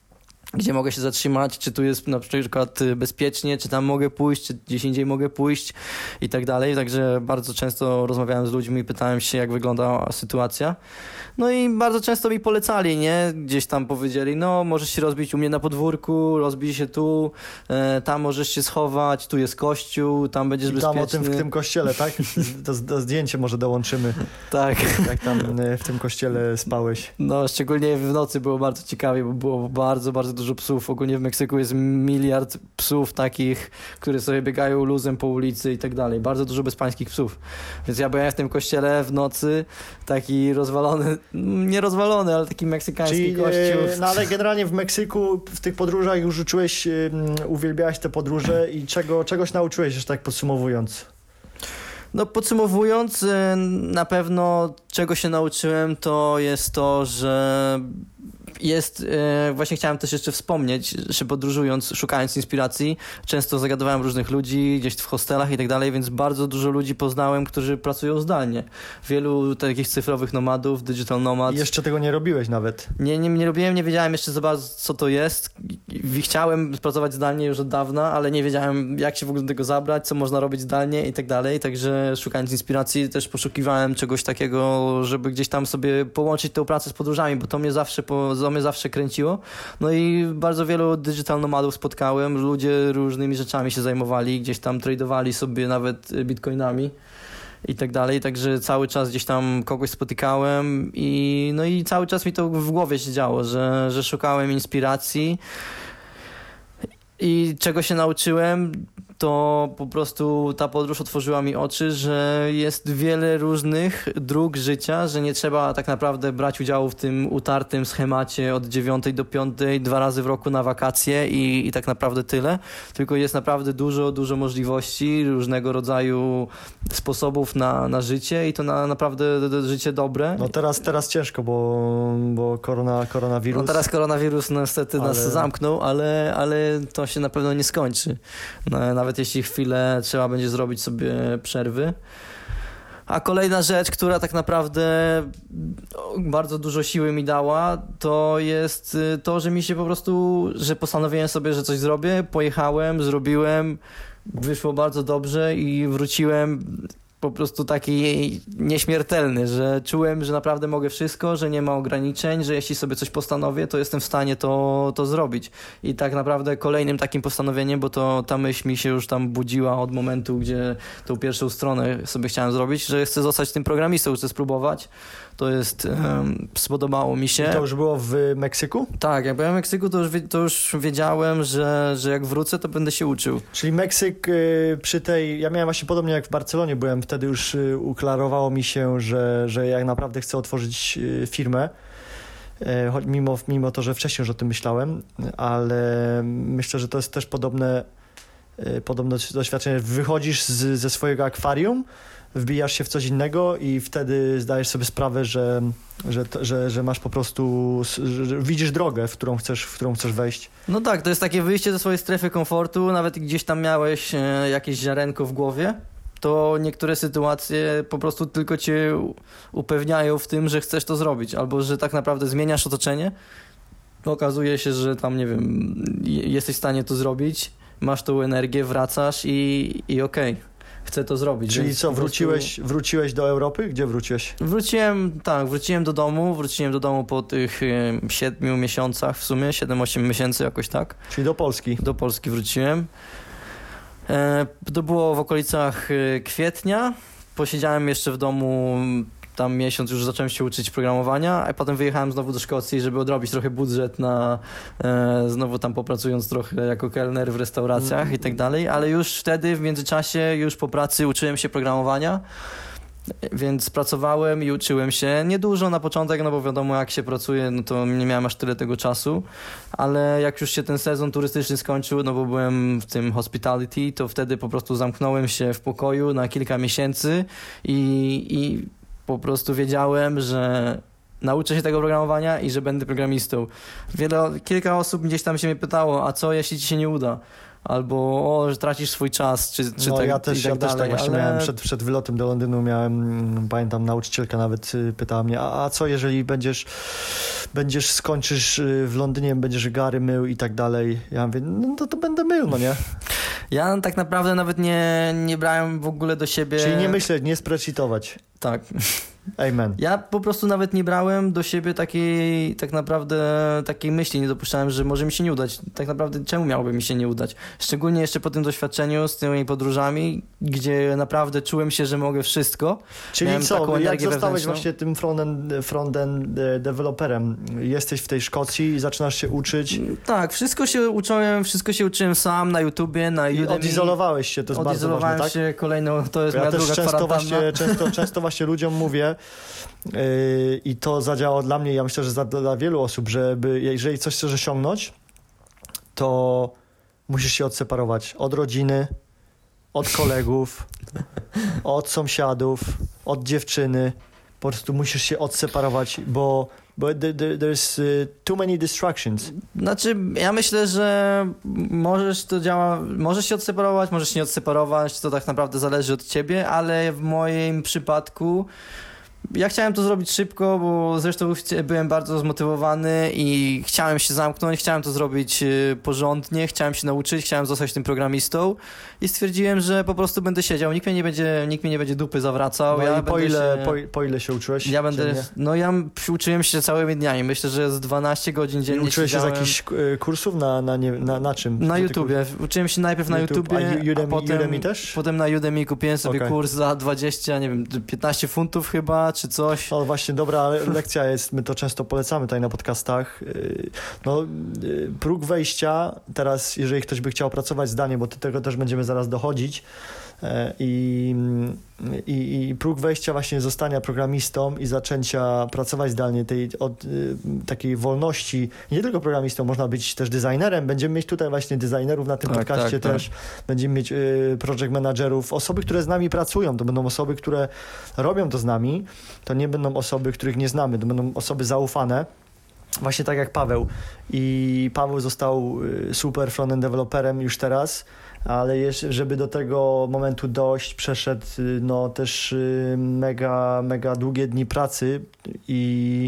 gdzie mogę się zatrzymać, czy tu jest na przykład bezpiecznie, czy tam mogę pójść, czy gdzieś indziej mogę pójść i tak dalej. Także bardzo często rozmawiałem z ludźmi i pytałem się, jak wygląda sytuacja. No i bardzo często mi polecali, nie? Gdzieś tam powiedzieli, no możesz się rozbić u mnie na podwórku, rozbij się tu, tam możesz się schować, tu jest kościół, tam będziesz I bezpieczny. tam w tym kościele, tak? To zdjęcie może dołączymy, Tak. jak tam w tym kościele spałeś. No, szczególnie w nocy było bardzo ciekawie, bo było bardzo, bardzo dużo psów. Ogólnie w Meksyku jest miliard psów takich, które sobie biegają luzem po ulicy i tak dalej. Bardzo dużo bezpańskich psów. Więc ja byłem w tym kościele w nocy, taki rozwalony, nie rozwalony, ale taki meksykański Czyli, kościół. no ale generalnie w Meksyku w tych podróżach już uczyłeś, uwielbiałeś te podróże i czegoś nauczyłeś, już tak podsumowując. No podsumowując, na pewno czego się nauczyłem, to jest to, że właśnie chciałem też jeszcze wspomnieć, że podróżując, szukając inspiracji, często zagadywałem różnych ludzi, gdzieś w hostelach i tak dalej, więc bardzo dużo ludzi poznałem, którzy pracują zdalnie. Wielu takich cyfrowych nomadów, digital nomads. I jeszcze tego nie robiłeś nawet. Nie robiłem, nie wiedziałem jeszcze za bardzo, co to jest. Chciałem pracować zdalnie już od dawna, ale nie wiedziałem, jak się w ogóle do tego zabrać, co można robić zdalnie i tak dalej, także szukając inspiracji też poszukiwałem czegoś takiego, żeby gdzieś tam sobie połączyć tę pracę z podróżami, bo to mnie zawsze kręciło. No i bardzo wielu digital nomadów spotkałem, ludzie różnymi rzeczami się zajmowali, gdzieś tam tradowali sobie nawet bitcoinami i tak dalej, także cały czas gdzieś tam kogoś spotykałem i cały czas mi to w głowie się działo, że szukałem inspiracji i czego się nauczyłem, to po prostu ta podróż otworzyła mi oczy, że jest wiele różnych dróg życia, że nie trzeba tak naprawdę brać udziału w tym utartym schemacie od 9 do 5, 2 razy w roku na wakacje i tak naprawdę tyle, tylko jest naprawdę dużo możliwości, różnego rodzaju sposobów na życie i to naprawdę życie dobre. No teraz ciężko, bo koronawirus. No teraz koronawirus niestety nas zamknął, ale to się na pewno nie skończy. No, nawet jeśli chwilę trzeba będzie zrobić sobie przerwy. A kolejna rzecz, która tak naprawdę bardzo dużo siły mi dała, to jest to, że mi się po prostu, że postanowiłem sobie, że coś zrobię, pojechałem, zrobiłem, wyszło bardzo dobrze i wróciłem po prostu taki nieśmiertelny, że czułem, że naprawdę mogę wszystko, że nie ma ograniczeń, że jeśli sobie coś postanowię, to jestem w stanie to zrobić. I tak naprawdę kolejnym takim postanowieniem, bo ta myśl mi się już tam budziła od momentu, gdzie tą pierwszą stronę sobie chciałem zrobić, że chcę zostać tym programistą, chcę spróbować. To jest, spodobało mi się. I to już było w Meksyku? Tak, jak byłem w Meksyku, to już wiedziałem, że jak wrócę, to będę się uczył. Czyli Meksyk ja miałem właśnie podobnie jak w Barcelonie byłem, wtedy już uklarowało mi się, że jak naprawdę chcę otworzyć firmę, mimo to, że wcześniej już o tym myślałem, ale myślę, że to jest też podobne doświadczenie. Wychodzisz ze swojego akwarium, wbijasz się w coś innego i wtedy zdajesz sobie sprawę, że masz po prostu, że widzisz drogę, w którą chcesz wejść. No tak, to jest takie wyjście ze swojej strefy komfortu, nawet gdzieś tam miałeś jakieś ziarenko w głowie, to niektóre sytuacje po prostu tylko cię upewniają w tym, że chcesz to zrobić, albo że tak naprawdę zmieniasz otoczenie. Okazuje się, że tam, nie wiem, jesteś w stanie to zrobić, masz tą energię, wracasz i okej. Chcę to zrobić. Czyli co, wróciłeś do Europy? Gdzie wróciłeś? Wróciłem do domu po tych 7 miesiącach w sumie, 7-8 miesięcy jakoś tak. Czyli do Polski? Do Polski wróciłem. To było w okolicach kwietnia. Posiedziałem jeszcze w domu tam miesiąc, już zacząłem się uczyć programowania, a potem wyjechałem znowu do Szkocji, żeby odrobić trochę budżet znowu tam popracując trochę jako kelner w restauracjach i tak dalej, ale już wtedy w międzyczasie, już po pracy uczyłem się programowania, więc pracowałem i uczyłem się. Niedużo na początek, no bo wiadomo jak się pracuje, no to nie miałem aż tyle tego czasu, ale jak już się ten sezon turystyczny skończył, no bo byłem w tym hospitality, to wtedy po prostu zamknąłem się w pokoju na kilka miesięcy i po prostu wiedziałem, że nauczę się tego programowania i że będę programistą. Kilka osób gdzieś tam się mnie pytało, a co jeśli ci się nie uda? albo że tracisz swój czas, czy No tak, ja i też, tak ja też dalej, tak właśnie ale... miałem przed wylotem do Londynu pamiętam, nauczycielka nawet pytała mnie, a co jeżeli skończysz w Londynie, będziesz gary mył i tak dalej. Ja mówię, no to będę mył, no nie? Ja tak naprawdę nawet nie brałem w ogóle do siebie... Czyli nie myśleć, nie spreadsheetować. Tak. Amen. Ja po prostu nawet nie brałem do siebie tak naprawdę takiej myśli, nie dopuszczałem, że może mi się nie udać. Tak naprawdę czemu miałoby mi się nie udać? Szczególnie jeszcze po tym doświadczeniu z tymi podróżami, gdzie naprawdę czułem się, że mogę wszystko. Czyli Miałem taką co, jak energię zostałeś wewnętrzną. właśnie tym frontend deweloperem? Jesteś w tej Szkocji i zaczynasz się uczyć Tak, wszystko się uczyłem sam na YouTubie, na i Udemy. odizolowałeś się, to jest bardzo ważne, Odizolowałem tak? się kolejną, to jest Ja moja też druga kwarantanna. często właśnie ludziom mówię i to zadziałało dla mnie, ja myślę, że dla wielu osób, jeżeli coś chcesz osiągnąć, to musisz się odseparować od rodziny, od kolegów, od sąsiadów, od dziewczyny. Po prostu musisz się odseparować, bo there's too many distractions. Znaczy, ja myślę, że możesz się odseparować, możesz nie odseparować, to tak naprawdę zależy od ciebie, ale w moim przypadku ja chciałem to zrobić szybko, bo zresztą byłem bardzo zmotywowany i chciałem się zamknąć, chciałem to zrobić porządnie, chciałem się nauczyć, chciałem zostać tym programistą i stwierdziłem, że po prostu będę siedział, nikt mnie nie będzie dupy zawracał. No ja i po ile się uczyłeś? Ja będę, dziennie? no ja uczyłem się całymi dniami, myślę, że z 12 godzin I dziennie uczyłeś się z siedziałem. jakichś kursów na czym? Na YouTubie. Uczyłem się najpierw na YouTube, YouTubie, a potem, Udemy też? potem na Udemy kupiłem sobie Okej. kurs za 20, nie wiem, 15 funtów chyba, czy coś. O, właśnie dobra lekcja jest, my to często polecamy tutaj na podcastach. Próg wejścia, teraz jeżeli ktoś by chciał pracować zdalnie, bo do tego też będziemy zaraz dochodzić, i próg wejścia właśnie zostania programistą i zaczęcia pracować zdalnie, od takiej wolności, nie tylko programistą, można być też designerem, będziemy mieć tutaj właśnie designerów na tym Tak, podcaście tak, też, będziemy mieć project managerów, osoby, które z nami pracują, to będą osoby, które robią to z nami, to nie będą osoby, których nie znamy, to będą osoby zaufane. Właśnie tak jak Paweł. I Paweł został super frontend deweloperem już teraz, ale żeby do tego momentu dojść, przeszedł też mega długie dni pracy i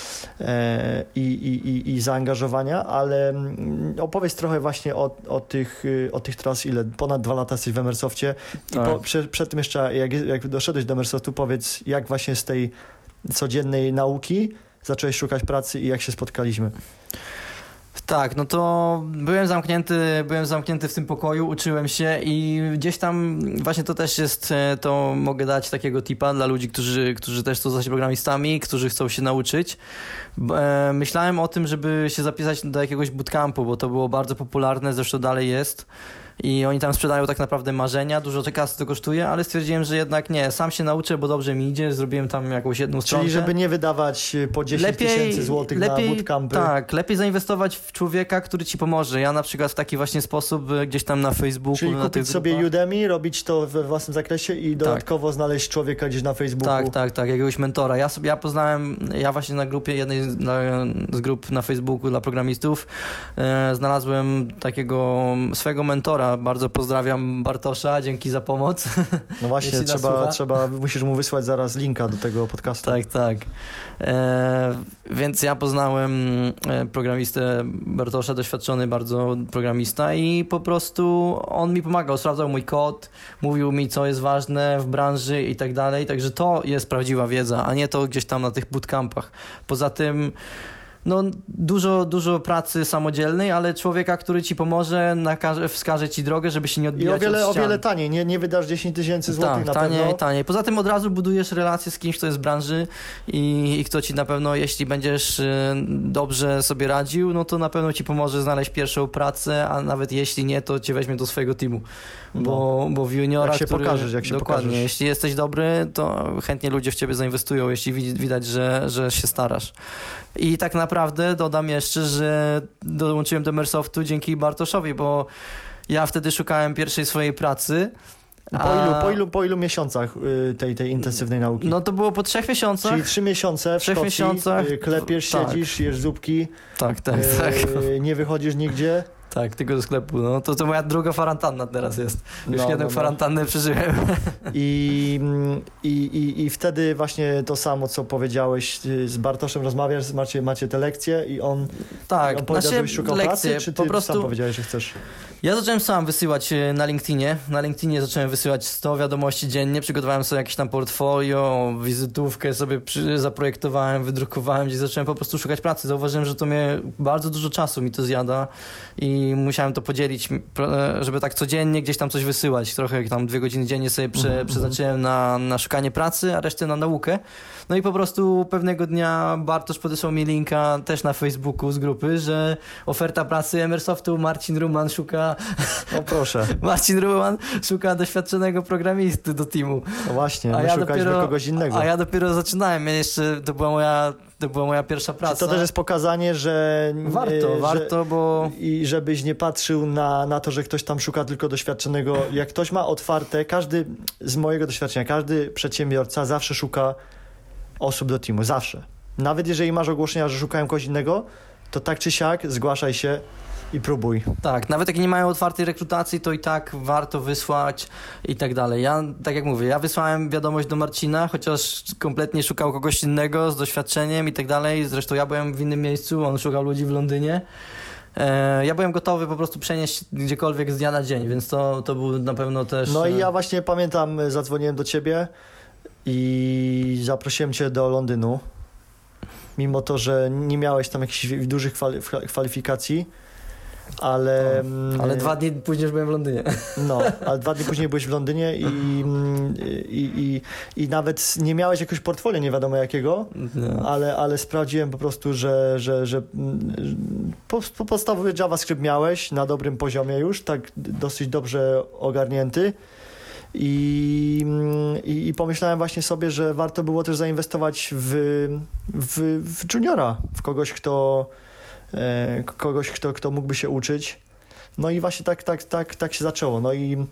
zaangażowania, ale opowiedz trochę właśnie o tych teraz, ponad 2 lata jesteś w Emersoftie Tak. i przed tym jeszcze, jak doszedłeś do Emersoftu, powiedz, jak właśnie z tej codziennej nauki zacząłeś szukać pracy i jak się spotkaliśmy. Tak, no to byłem zamknięty w tym pokoju, uczyłem się i gdzieś tam właśnie to też jest, to mogę dać takiego tipa dla ludzi, którzy też chcą zostać programistami, którzy chcą się nauczyć. Myślałem o tym, żeby się zapisać do jakiegoś bootcampu, bo to było bardzo popularne, zresztą dalej jest. I oni tam sprzedają tak naprawdę marzenia, dużo kasy to kosztuje, ale stwierdziłem, że jednak nie, sam się nauczę, bo dobrze mi idzie, zrobiłem tam jakąś jedną stronę. Czyli żeby nie wydawać po 10 tysięcy złotych na bootcampy. Tak, lepiej zainwestować w człowieka, który ci pomoże. Ja na przykład w taki właśnie sposób gdzieś tam na Facebooku, Czyli na kupić tych sobie grupach. Udemy, robić to we własnym zakresie i dodatkowo znaleźć człowieka gdzieś na Facebooku. Tak, jakiegoś mentora. Ja poznałem, ja na grupie, jednej z grup na Facebooku dla programistów, znalazłem takiego swego mentora, bardzo pozdrawiam Bartosza, dzięki za pomoc. No właśnie, musisz mu wysłać zaraz linka do tego podcastu. Tak. Więc ja poznałem programistę Bartosza, doświadczony bardzo programista i po prostu on mi pomagał, sprawdzał mój kod, mówił mi, co jest ważne w branży i tak dalej, także to jest prawdziwa wiedza, a nie to gdzieś tam na tych bootcampach. Poza tym dużo pracy samodzielnej, ale człowieka, który ci pomoże, wskaże ci drogę, żeby się nie odbijać od ścian. O wiele taniej, nie wydasz 10 tysięcy złotych na pewno. Taniej. Poza tym od razu budujesz relacje z kimś, kto jest z branży i kto ci na pewno, jeśli będziesz dobrze sobie radził, no to na pewno ci pomoże znaleźć pierwszą pracę, a nawet jeśli nie, to cię weźmie do swojego teamu. Bo w juniora, jak się pokażesz. Dokładnie, jeśli jesteś dobry, to chętnie ludzie w ciebie zainwestują, jeśli widać, że się starasz. I tak naprawdę dodam jeszcze, że dołączyłem do Emersoftu dzięki Bartoszowi, bo ja wtedy szukałem pierwszej swojej pracy. Po ilu miesiącach tej intensywnej nauki? No to było po 3 miesiącach. Czyli 3 miesiące w Szkocji, klepiesz, tak. siedzisz, jesz zupki, Tak. nie wychodzisz nigdzie. Tak, tylko do sklepu. No to moja druga kwarantanna teraz jest. Już jedną kwarantannę przeżyłem. I wtedy właśnie to samo, co powiedziałeś, z Bartoszem rozmawiasz, macie te lekcje i on powiedział, żebyś szukał pracy, czy ty po prostu sam powiedziałeś, że chcesz? Ja zacząłem sam wysyłać na LinkedInie. Na LinkedInie zacząłem wysyłać 100 wiadomości dziennie. Przygotowałem sobie jakieś tam portfolio, wizytówkę sobie zaprojektowałem, wydrukowałem, gdzie zacząłem po prostu szukać pracy. Zauważyłem, że to mnie bardzo dużo czasu mi to zjada i musiałem to podzielić, żeby tak codziennie gdzieś tam coś wysyłać. Trochę tam 2 godziny dziennie sobie przeznaczyłem na szukanie pracy, a resztę na naukę. No i po prostu pewnego dnia Bartosz podesłał mi linka też na Facebooku z grupy, że oferta pracy Emersoftu, Marcin Ruman szuka... O proszę. Marcin Ruman szuka doświadczonego programisty do teamu. No właśnie, my szukaliśmy kogoś innego. A ja dopiero zaczynałem, to była moja pierwsza praca. Czy to też jest pokazanie, że... Warto, bo... I żebyś nie patrzył na to, że ktoś tam szuka tylko doświadczonego. Jak ktoś ma otwarte, każdy z mojego doświadczenia, każdy przedsiębiorca zawsze szuka osób do teamu, zawsze. Nawet jeżeli masz ogłoszenia, że szukają kogoś innego, to tak czy siak zgłaszaj się i próbuj. Tak, nawet jak nie mają otwartej rekrutacji, to i tak warto wysłać i tak dalej. Ja, tak jak mówię, ja wysłałem wiadomość do Marcina, chociaż kompletnie szukał kogoś innego z doświadczeniem i tak dalej. Zresztą ja byłem w innym miejscu, on szukał ludzi w Londynie. Ja byłem gotowy po prostu przenieść gdziekolwiek z dnia na dzień, więc to był na pewno też... No i ja właśnie pamiętam, zadzwoniłem do ciebie i zaprosiłem cię do Londynu. Mimo to, że nie miałeś tam jakichś dużych kwalifikacji, ale... Ale 2 dni później już byłem w Londynie. No, ale 2 dni później byłeś w Londynie i nawet nie miałeś jakiegoś portfolio, nie wiadomo jakiego, no. ale sprawdziłem po prostu, że podstawowy JavaScript miałeś na dobrym poziomie już, tak dosyć dobrze ogarnięty. I pomyślałem właśnie sobie, że warto było też zainwestować w juniora, w kogoś, kto mógłby się uczyć. No i właśnie tak się zaczęło. No i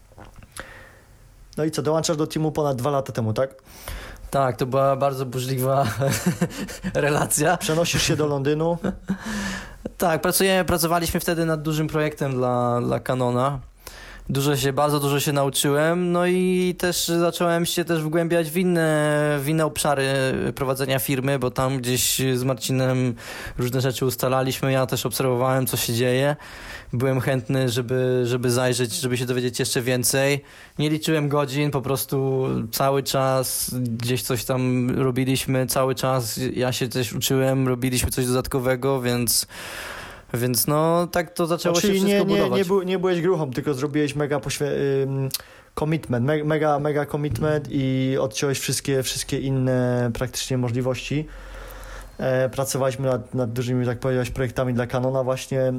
co, dołączasz do teamu ponad 2 lata temu, tak? Tak, to była bardzo burzliwa relacja. Przenosisz się do Londynu. Tak, pracowaliśmy wtedy nad dużym projektem dla Canona. Bardzo dużo się nauczyłem, no i też zacząłem się też wgłębiać w inne obszary prowadzenia firmy, bo tam gdzieś z Marcinem różne rzeczy ustalaliśmy, ja też obserwowałem, co się dzieje. Byłem chętny, żeby zajrzeć, żeby się dowiedzieć jeszcze więcej. Nie liczyłem godzin, po prostu cały czas gdzieś coś tam robiliśmy, cały czas ja się też uczyłem, robiliśmy coś dodatkowego, więc no tak to zaczęło się wszystko budować. Nie byłeś gruchą, tylko zrobiłeś mega commitment, mega commitment i odciąłeś wszystkie inne praktycznie możliwości. Pracowaliśmy nad dużymi, tak powiedziałeś, projektami dla Canona właśnie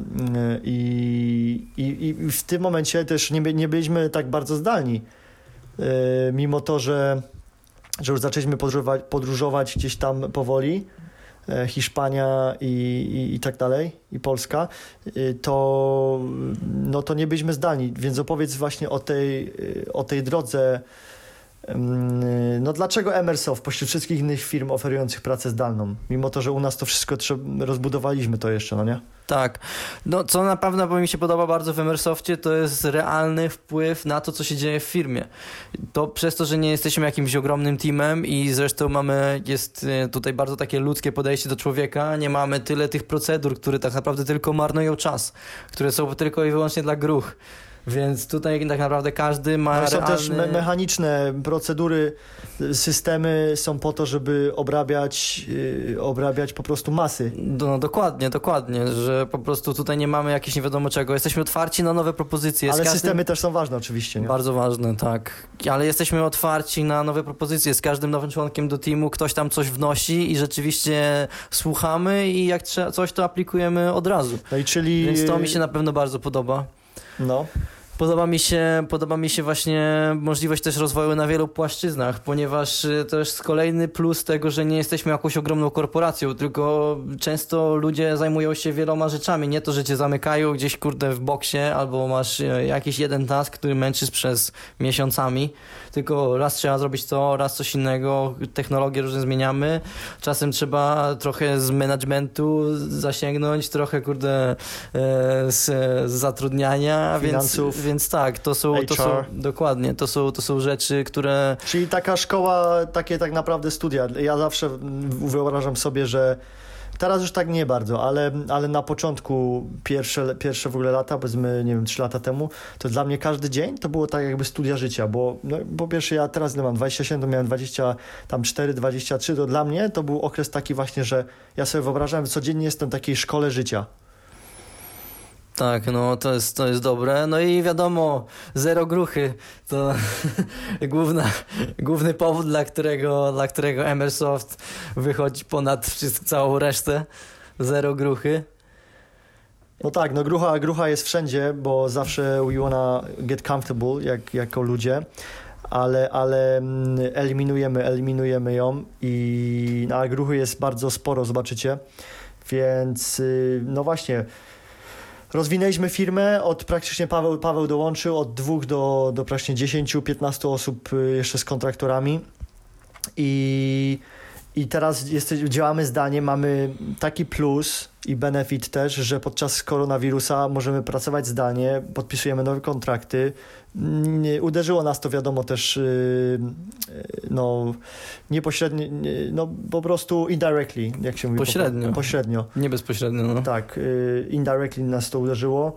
i w tym momencie też nie byliśmy tak bardzo zdalni. Mimo to, że już zaczęliśmy podróżować gdzieś tam powoli, Hiszpania i tak dalej, i Polska, to nie byliśmy zdalni, więc opowiedz właśnie o tej drodze. No dlaczego Emersoft pośród wszystkich innych firm oferujących pracę zdalną? Mimo to, że u nas to wszystko rozbudowaliśmy to jeszcze, no nie? Tak. No co na pewno mi się podoba bardzo w Emersoftie, to jest realny wpływ na to, co się dzieje w firmie. To przez to, że nie jesteśmy jakimś ogromnym teamem i zresztą jest tutaj bardzo takie ludzkie podejście do człowieka, nie mamy tyle tych procedur, które tak naprawdę tylko marnują czas, które są tylko i wyłącznie dla gruch. Więc tutaj tak naprawdę każdy ma są też mechaniczne procedury, systemy są po to, żeby obrabiać po prostu masy. No dokładnie, że po prostu tutaj nie mamy jakichś nie wiadomo czego. Jesteśmy otwarci na nowe propozycje. Ale systemy też są ważne oczywiście, nie? Bardzo ważne, tak. Ale jesteśmy otwarci na nowe propozycje. Z każdym nowym członkiem do teamu ktoś tam coś wnosi i rzeczywiście słuchamy i jak coś to aplikujemy od razu. No i Więc to mi się na pewno bardzo podoba. No. Podoba mi się właśnie możliwość też rozwoju na wielu płaszczyznach, ponieważ to jest kolejny plus tego, że nie jesteśmy jakąś ogromną korporacją, tylko często ludzie zajmują się wieloma rzeczami. Nie to, że cię zamykają gdzieś kurde w boksie albo masz jakiś jeden task, który męczysz przez miesiącami, tylko raz trzeba zrobić to, raz coś innego, technologie różne zmieniamy. Czasem trzeba trochę z managementu zasięgnąć, trochę z zatrudniania, więc tak, to są dokładnie, to są rzeczy, które... Czyli taka szkoła, takie tak naprawdę studia. Ja zawsze wyobrażam sobie, że teraz już tak nie bardzo, ale na początku pierwsze w ogóle lata, powiedzmy, nie wiem, 3 lata temu, to dla mnie każdy dzień to było tak jakby studia życia, bo po pierwsze ja teraz mam 27, to miałem 24, 23, to dla mnie to był okres taki właśnie, że ja sobie wyobrażałem, że codziennie jestem w takiej szkole życia. Tak, no to jest dobre. No i wiadomo, zero gruchy to główny powód, dla którego Emersoft wychodzi ponad całą resztę. Zero gruchy. No tak, no grucha jest wszędzie, bo zawsze we wanna get comfortable jako ludzie, ale eliminujemy ją a gruchy jest bardzo sporo, zobaczycie. Więc no właśnie... Rozwinęliśmy firmę, praktycznie Paweł dołączył, od 2 do praktycznie 10-15 osób jeszcze z kontraktorami i teraz działamy zdalnie, mamy taki plus i benefit też, że podczas koronawirusa możemy pracować zdalnie, podpisujemy nowe kontrakty. Uderzyło nas to wiadomo też niepośrednio, po prostu indirectly, jak się mówi. Pośrednio. Nie bezpośrednio. No. Tak, indirectly nas to uderzyło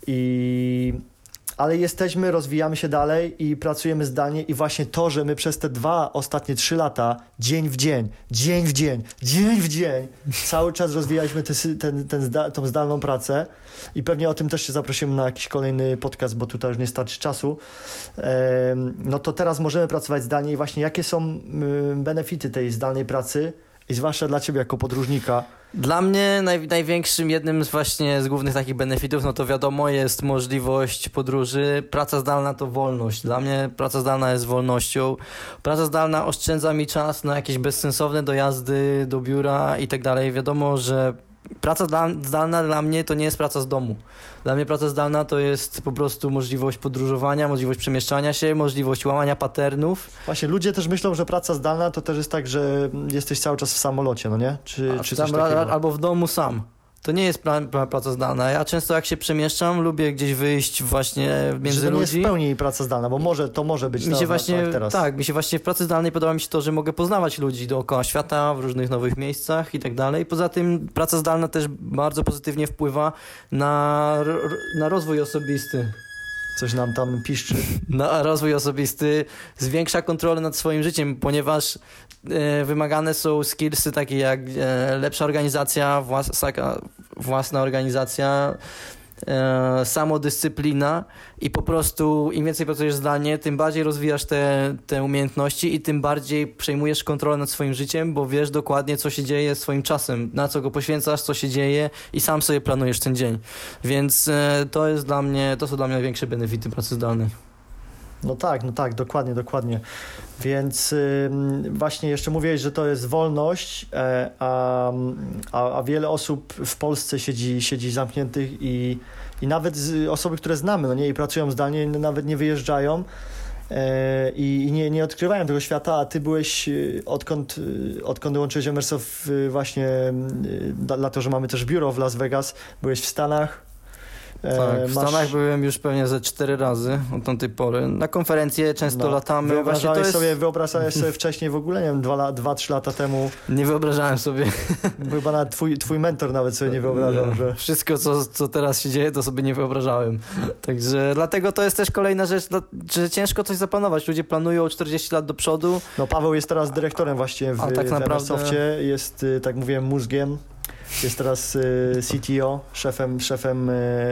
ale rozwijamy się dalej i pracujemy zdalnie i właśnie to, że my przez te ostatnie 3 lata, dzień w dzień, cały czas rozwijaliśmy tą zdalną pracę i pewnie o tym też się zaprosimy na jakiś kolejny podcast, bo tutaj już nie starczy czasu, no to teraz możemy pracować zdalnie i właśnie jakie są benefity tej zdalnej pracy i zwłaszcza dla ciebie jako podróżnika. Dla mnie największym, jednym z głównych takich benefitów, no to wiadomo, jest możliwość podróży. Praca zdalna to wolność. Dla mnie praca zdalna jest wolnością. Praca zdalna oszczędza mi czas na jakieś bezsensowne dojazdy do biura i tak dalej. Wiadomo, że praca zdalna dla mnie to nie jest praca z domu. Dla mnie praca zdalna to jest po prostu możliwość podróżowania, możliwość przemieszczania się, możliwość łamania patternów. Właśnie, ludzie też myślą, że praca zdalna to też jest tak, że jesteś cały czas w samolocie, no nie? Czy coś takiego? Albo w domu sam. To nie jest praca zdalna. Ja często jak się przemieszczam, lubię gdzieś wyjść właśnie między ludzi. To nie jest ludzi. w pełni praca zdalna, bo to może być teraz. Tak, mi się właśnie w pracy zdalnej podoba mi się to, że mogę poznawać ludzi dookoła świata, w różnych nowych miejscach i tak dalej. Poza tym praca zdalna też bardzo pozytywnie wpływa na rozwój osobisty. Coś nam tam piszczy. Na rozwój osobisty, zwiększa kontrolę nad swoim życiem, ponieważ wymagane są skillsy takie jak lepsza organizacja, własna organizacja, samodyscyplina i po prostu im więcej pracujesz zdalnie, tym bardziej rozwijasz te umiejętności i tym bardziej przejmujesz kontrolę nad swoim życiem, bo wiesz dokładnie, co się dzieje z swoim czasem, na co go poświęcasz, co się dzieje i sam sobie planujesz ten dzień. Więc to są dla mnie największe benefity pracy zdalnej. No tak, dokładnie. Więc właśnie jeszcze mówiłeś, że to jest wolność, a wiele osób w Polsce siedzi zamkniętych i nawet osoby, które znamy, no nie, i pracują zdalnie, nawet nie wyjeżdżają i nie odkrywają tego świata, a ty byłeś, odkąd dołączyłeś Emersoft właśnie, dlatego, że mamy też biuro w Las Vegas, byłeś w Stanach. Tak, w Stanach byłem już pewnie ze 4 razy od tamtej pory. Na konferencje często latamy. Wyobrażałeś sobie wcześniej w ogóle, nie wiem, 2-3 lata temu? Nie wyobrażałem sobie. Chyba nawet twój mentor nawet sobie nie wyobrażał. Że... Wszystko, co teraz się dzieje, to sobie nie wyobrażałem. Także dlatego to jest też kolejna rzecz, że ciężko coś zaplanować. Ludzie planują 40 lat do przodu. No Paweł jest teraz dyrektorem właśnie w Emersoftie. Jest, tak mówiłem, mózgiem. Jest teraz CTO, szefem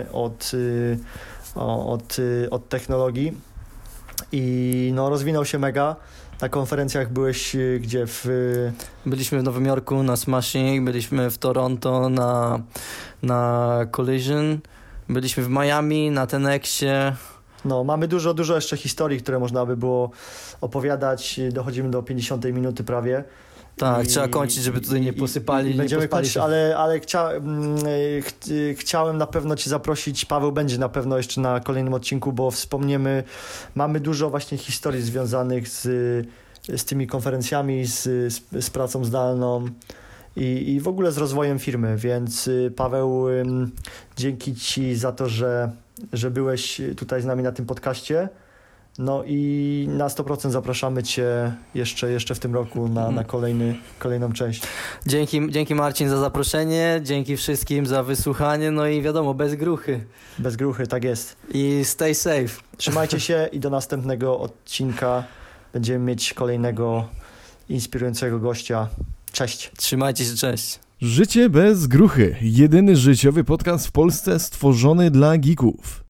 od technologii i no, rozwinął się mega. Na konferencjach byłeś gdzie? Byliśmy w Nowym Jorku na Smashing, byliśmy w Toronto na Collision, byliśmy w Miami na Tenexie, No, mamy dużo jeszcze historii, które można by było opowiadać. Dochodzimy do 50 minuty prawie. Tak, trzeba kończyć, żeby tutaj nie posypali. I nie będziemy pospali kończyć, się. ale chciałem na pewno Cię zaprosić. Paweł będzie na pewno jeszcze na kolejnym odcinku, bo wspomniemy, mamy dużo właśnie historii związanych z tymi konferencjami, z pracą zdalną i w ogóle z rozwojem firmy, więc Paweł, dzięki Ci za to, że byłeś tutaj z nami na tym podcaście. No i na 100% zapraszamy Cię jeszcze w tym roku na kolejną część. Dzięki Marcin za zaproszenie, dzięki wszystkim za wysłuchanie, no i wiadomo, bez gruchy. Bez gruchy, tak jest. I stay safe. Trzymajcie się i do następnego odcinka będziemy mieć kolejnego inspirującego gościa. Cześć. Trzymajcie się, cześć. Życie bez gruchy. Jedyny życiowy podcast w Polsce stworzony dla geeków.